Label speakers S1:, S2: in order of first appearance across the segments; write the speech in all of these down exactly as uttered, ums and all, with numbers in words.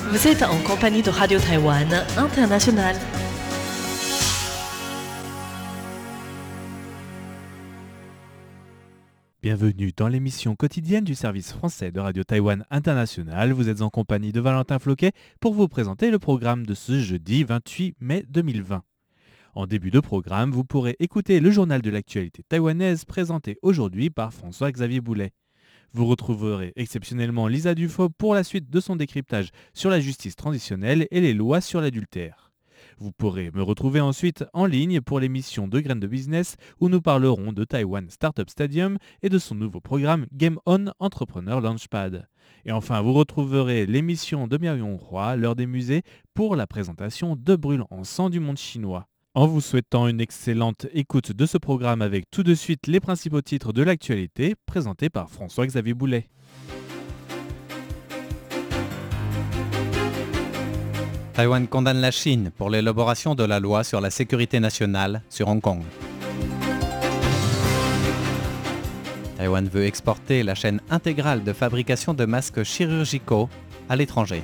S1: Vous êtes en compagnie de Radio Taïwan International.
S2: Bienvenue dans l'émission quotidienne du service français de Radio Taïwan International. Vous êtes en compagnie de Valentin Floquet pour vous présenter le programme de ce jeudi vingt-huit mai deux mille vingt. En début de programme, vous pourrez écouter le journal de l'actualité taïwanaise présenté aujourd'hui par François-Xavier Boulet. Vous retrouverez exceptionnellement Lisa Dufaux pour la suite de son décryptage sur la justice transitionnelle et les lois sur l'adultère. Vous pourrez me retrouver ensuite en ligne pour l'émission de Graines de Business où nous parlerons de Taïwan Startup Stadium et de son nouveau programme Game On Entrepreneur Launchpad. Et enfin, vous retrouverez l'émission de Myrion Roy, l'heure des musées, pour la présentation de Brûle en sang du monde chinois. En vous souhaitant une excellente écoute de ce programme avec tout de suite les principaux titres de l'actualité présentés par François-Xavier Boulet.
S3: Taïwan condamne la Chine pour l'élaboration de la loi sur la sécurité nationale sur Hong Kong. Taïwan veut exporter la chaîne intégrale de fabrication de masques chirurgicaux à l'étranger.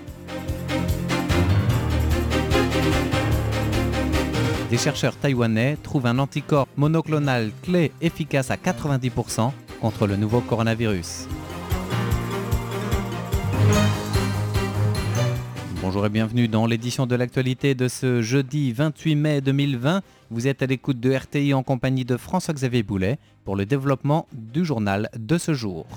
S3: Des chercheurs taïwanais trouvent un anticorps monoclonal clé efficace à quatre-vingt-dix pour cent contre le nouveau coronavirus. Bonjour et bienvenue dans l'édition de l'actualité de ce jeudi vingt-huit mai deux mille vingt. Vous êtes à l'écoute de R T I en compagnie de François-Xavier Boulet pour le développement du journal de ce jour.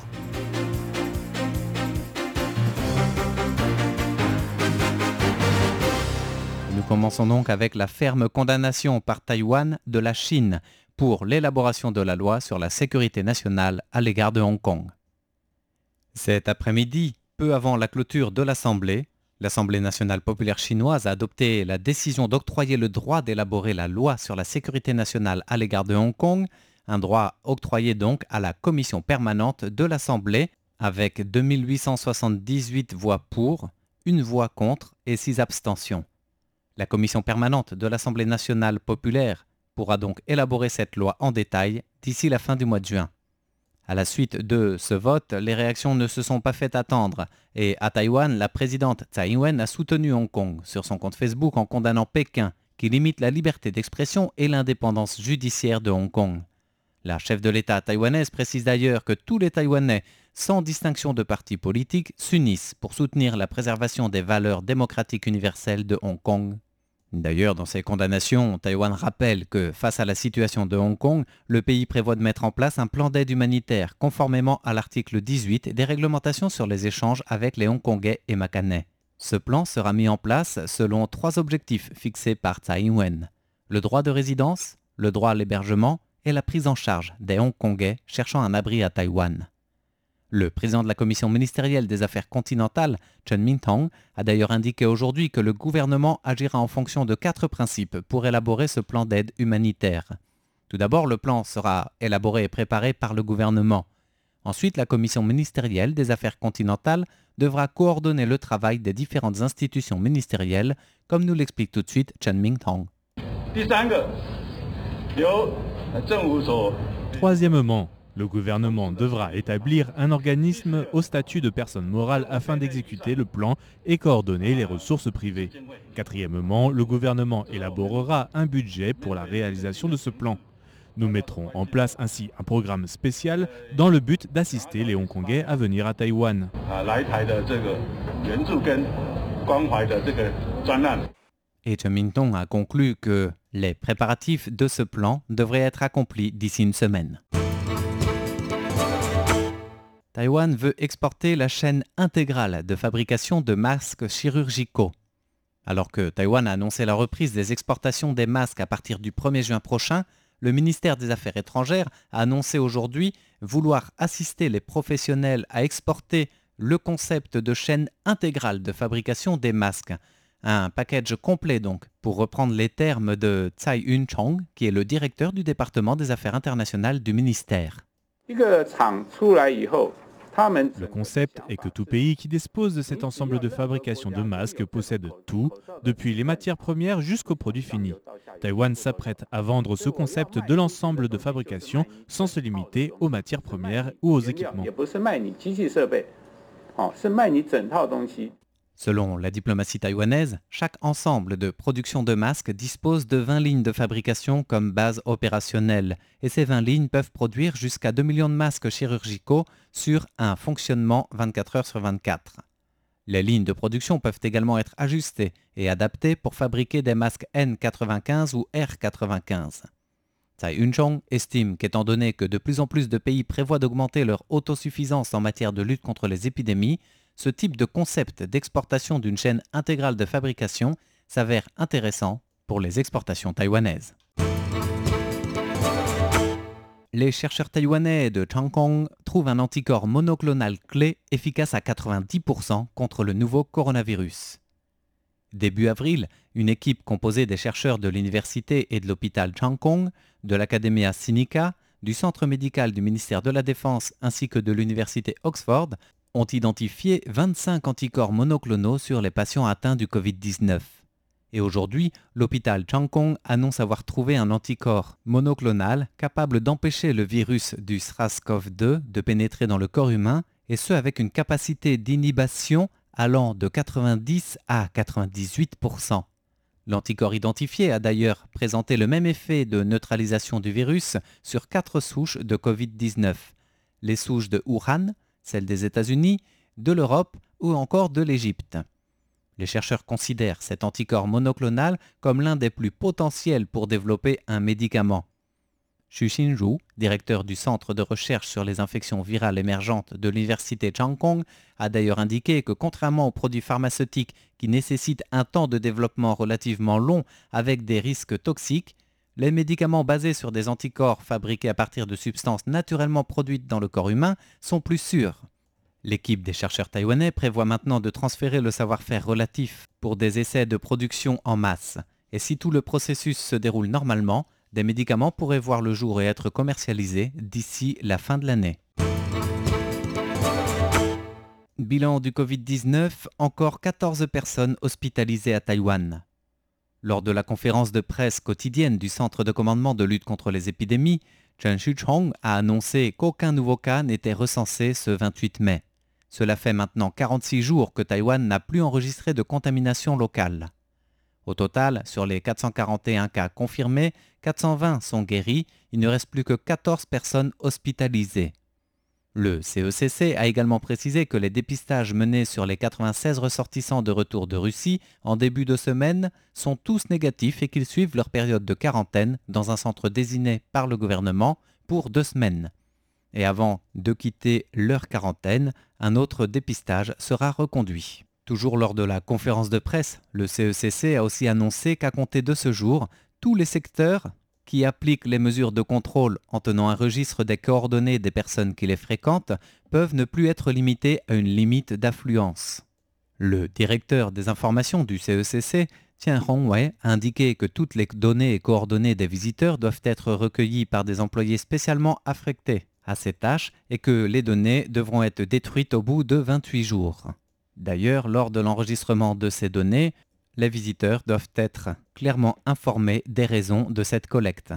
S3: Nous commençons donc avec la ferme condamnation par Taïwan de la Chine pour l'élaboration de la loi sur la sécurité nationale à l'égard de Hong Kong. Cet après-midi, peu avant la clôture de l'Assemblée, l'Assemblée nationale populaire chinoise a adopté la décision d'octroyer le droit d'élaborer la loi sur la sécurité nationale à l'égard de Hong Kong, un droit octroyé donc à la commission permanente de l'Assemblée avec deux mille huit cent soixante-dix-huit voix pour, une voix contre et six abstentions. La commission permanente de l'Assemblée nationale populaire pourra donc élaborer cette loi en détail d'ici la fin du mois de juin. À la suite de ce vote, les réactions ne se sont pas fait attendre et à Taïwan, la présidente Tsai Ing-wen a soutenu Hong Kong sur son compte Facebook en condamnant Pékin qui limite la liberté d'expression et l'indépendance judiciaire de Hong Kong. La chef de l'État taïwanaise précise d'ailleurs que tous les Taïwanais, sans distinction de parti politique, s'unissent pour soutenir la préservation des valeurs démocratiques universelles de Hong Kong. D'ailleurs, dans ses condamnations, Taïwan rappelle que, face à la situation de Hong Kong, le pays prévoit de mettre en place un plan d'aide humanitaire conformément à l'article dix-huit des réglementations sur les échanges avec les Hongkongais et Macanais. Ce plan sera mis en place selon trois objectifs fixés par Tsai Ing-wen. Le droit de résidence, le droit à l'hébergement et la prise en charge des Hongkongais cherchant un abri à Taïwan. Le président de la commission ministérielle des affaires continentales, Chen Mingtong, a d'ailleurs indiqué aujourd'hui que le gouvernement agira en fonction de quatre principes pour élaborer ce plan d'aide humanitaire. Tout d'abord, le plan sera élaboré et préparé par le gouvernement. Ensuite, la commission ministérielle des affaires continentales devra coordonner le travail des différentes institutions ministérielles, comme nous l'explique tout de suite Chen Mingtong.
S2: Troisièmement, le gouvernement devra établir un organisme au statut de personne morale afin d'exécuter le plan et coordonner les ressources privées. Quatrièmement, le gouvernement élaborera un budget pour la réalisation de ce plan. Nous mettrons en place ainsi un programme spécial dans le but d'assister les Hongkongais à venir à Taïwan.
S3: Et Chen Mingtong a conclu que les préparatifs de ce plan devraient être accomplis d'ici une semaine. Taïwan veut exporter la chaîne intégrale de fabrication de masques chirurgicaux. Alors que Taïwan a annoncé la reprise des exportations des masques à partir du premier juin prochain, le ministère des Affaires étrangères a annoncé aujourd'hui vouloir assister les professionnels à exporter le concept de chaîne intégrale de fabrication des masques. Un package complet donc, pour reprendre les termes de Tsai Yun-chong, qui est le directeur du département des Affaires internationales du ministère.
S2: Le concept est que tout pays qui dispose de cet ensemble de fabrication de masques possède tout, depuis les matières premières jusqu'aux produits finis. Taïwan s'apprête à vendre ce concept de l'ensemble de fabrication sans se limiter aux matières premières ou aux équipements.
S3: Selon la diplomatie taïwanaise, chaque ensemble de production de masques dispose de vingt lignes de fabrication comme base opérationnelle et ces vingt lignes peuvent produire jusqu'à deux millions de masques chirurgicaux sur un fonctionnement vingt-quatre heures sur vingt-quatre. Les lignes de production peuvent également être ajustées et adaptées pour fabriquer des masques N quatre-vingt-quinze ou R quatre-vingt-quinze. Tsai Ing-chong estime qu'étant donné que de plus en plus de pays prévoient d'augmenter leur autosuffisance en matière de lutte contre les épidémies, ce type de concept d'exportation d'une chaîne intégrale de fabrication s'avère intéressant pour les exportations taïwanaises. Les chercheurs taïwanais de Changkong trouvent un anticorps monoclonal clé efficace à quatre-vingt-dix pour cent contre le nouveau coronavirus. Début avril, une équipe composée des chercheurs de l'université et de l'hôpital Changkong, de l'Academia Sinica, du centre médical du ministère de la Défense ainsi que de l'université Oxford ont identifié vingt-cinq anticorps monoclonaux sur les patients atteints du covid dix-neuf. Et aujourd'hui, l'hôpital Changkong annonce avoir trouvé un anticorps monoclonal capable d'empêcher le virus du SARS-C o V deux de pénétrer dans le corps humain, et ce avec une capacité d'inhibition allant de quatre-vingt-dix à quatre-vingt-dix-huit pour cent. L'anticorps identifié a d'ailleurs présenté le même effet de neutralisation du virus sur quatre souches de covid dix-neuf, les souches de Wuhan, celles des États-Unis, de l'Europe ou encore de l'Égypte. Les chercheurs considèrent cet anticorps monoclonal comme l'un des plus potentiels pour développer un médicament. Xu Xinru, directeur du Centre de recherche sur les infections virales émergentes de l'université Changkong, a d'ailleurs indiqué que contrairement aux produits pharmaceutiques qui nécessitent un temps de développement relativement long avec des risques toxiques, les médicaments basés sur des anticorps fabriqués à partir de substances naturellement produites dans le corps humain sont plus sûrs. L'équipe des chercheurs taïwanais prévoit maintenant de transférer le savoir-faire relatif pour des essais de production en masse. Et si tout le processus se déroule normalement, des médicaments pourraient voir le jour et être commercialisés d'ici la fin de l'année. Bilan du covid dix-neuf, encore quatorze personnes hospitalisées à Taïwan. Lors de la conférence de presse quotidienne du Centre de commandement de lutte contre les épidémies, Chen Shuchong a annoncé qu'aucun nouveau cas n'était recensé ce vingt-huit mai. Cela fait maintenant quarante-six jours que Taïwan n'a plus enregistré de contamination locale. Au total, sur les quatre cent quarante et un cas confirmés, quatre cent vingt sont guéris, il ne reste plus que quatorze personnes hospitalisées. Le C E C C a également précisé que les dépistages menés sur les quatre-vingt-seize ressortissants de retour de Russie en début de semaine sont tous négatifs et qu'ils suivent leur période de quarantaine dans un centre désigné par le gouvernement pour deux semaines. Et avant de quitter leur quarantaine, un autre dépistage sera reconduit. Toujours lors de la conférence de presse, le C E C C a aussi annoncé qu'à compter de ce jour, tous les secteurs qui appliquent les mesures de contrôle en tenant un registre des coordonnées des personnes qui les fréquentent peuvent ne plus être limités à une limite d'affluence. Le directeur des informations du C E C C, Tian Hongwei, a indiqué que toutes les données et coordonnées des visiteurs doivent être recueillies par des employés spécialement affectés à ces tâches et que les données devront être détruites au bout de vingt-huit jours. D'ailleurs, lors de l'enregistrement de ces données, les visiteurs doivent être clairement informés des raisons de cette collecte.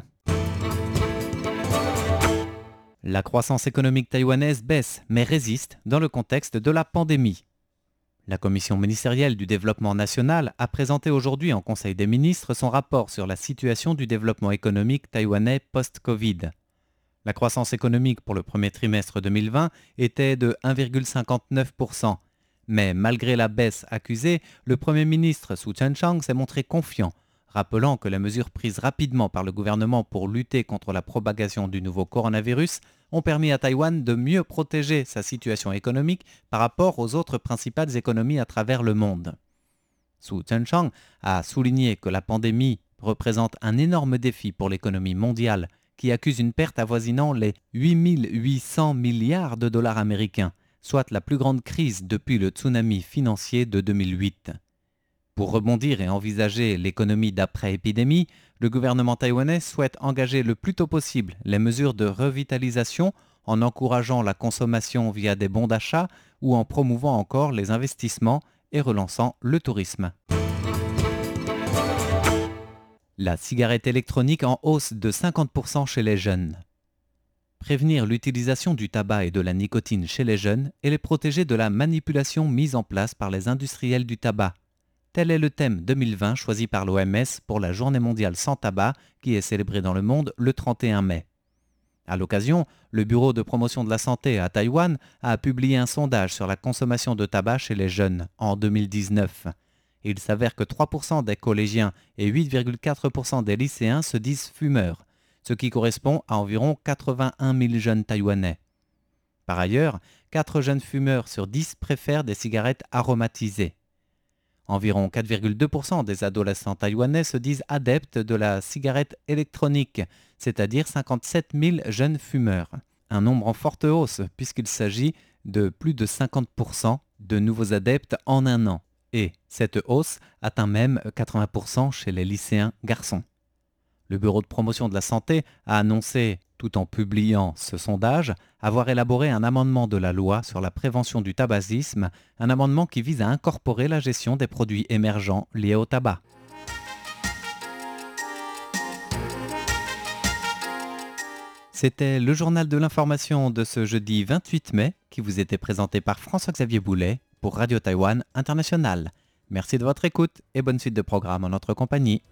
S3: La croissance économique taïwanaise baisse, mais résiste dans le contexte de la pandémie. La Commission ministérielle du développement national a présenté aujourd'hui en Conseil des ministres son rapport sur la situation du développement économique taïwanais post-Covid. La croissance économique pour le premier trimestre deux mille vingt était de un virgule cinquante-neuf pour cent. Mais malgré la baisse accusée, le Premier ministre Su Tseng-chang s'est montré confiant, rappelant que les mesures prises rapidement par le gouvernement pour lutter contre la propagation du nouveau coronavirus ont permis à Taïwan de mieux protéger sa situation économique par rapport aux autres principales économies à travers le monde. Su Tseng-chang a souligné que la pandémie représente un énorme défi pour l'économie mondiale qui accuse une perte avoisinant les huit mille huit cents milliards de dollars américains, soit la plus grande crise depuis le tsunami financier de deux mille huit. Pour rebondir et envisager l'économie d'après-épidémie, le gouvernement taïwanais souhaite engager le plus tôt possible les mesures de revitalisation en encourageant la consommation via des bons d'achat ou en promouvant encore les investissements et relançant le tourisme. La cigarette électronique en hausse de cinquante pour cent chez les jeunes. prévenir l'utilisation du tabac et de la nicotine chez les jeunes et les protéger de la manipulation mise en place par les industriels du tabac. Tel est le thème deux mille vingt choisi par l'O M S pour la Journée mondiale sans tabac qui est célébrée dans le monde le trente et un mai. À l'occasion, le Bureau de promotion de la santé à Taïwan a publié un sondage sur la consommation de tabac chez les jeunes en deux mille dix-neuf. Il s'avère que trois pour cent des collégiens et huit virgule quatre pour cent des lycéens se disent fumeurs, ce qui correspond à environ quatre-vingt-un mille jeunes taïwanais. Par ailleurs, quatre jeunes fumeurs sur dix préfèrent des cigarettes aromatisées. Environ quatre virgule deux pour cent des adolescents taïwanais se disent adeptes de la cigarette électronique, c'est-à-dire cinquante-sept mille jeunes fumeurs. Un nombre en forte hausse puisqu'il s'agit de plus de cinquante pour cent de nouveaux adeptes en un an. Et cette hausse atteint même quatre-vingts pour cent chez les lycéens garçons. Le Bureau de promotion de la santé a annoncé, tout en publiant ce sondage, avoir élaboré un amendement de la loi sur la prévention du tabagisme, un amendement qui vise à incorporer la gestion des produits émergents liés au tabac. C'était le journal de l'information de ce jeudi vingt-huit mai qui vous était présenté par François-Xavier Boulet pour Radio Taïwan International. Merci de votre écoute et bonne suite de programme en notre compagnie.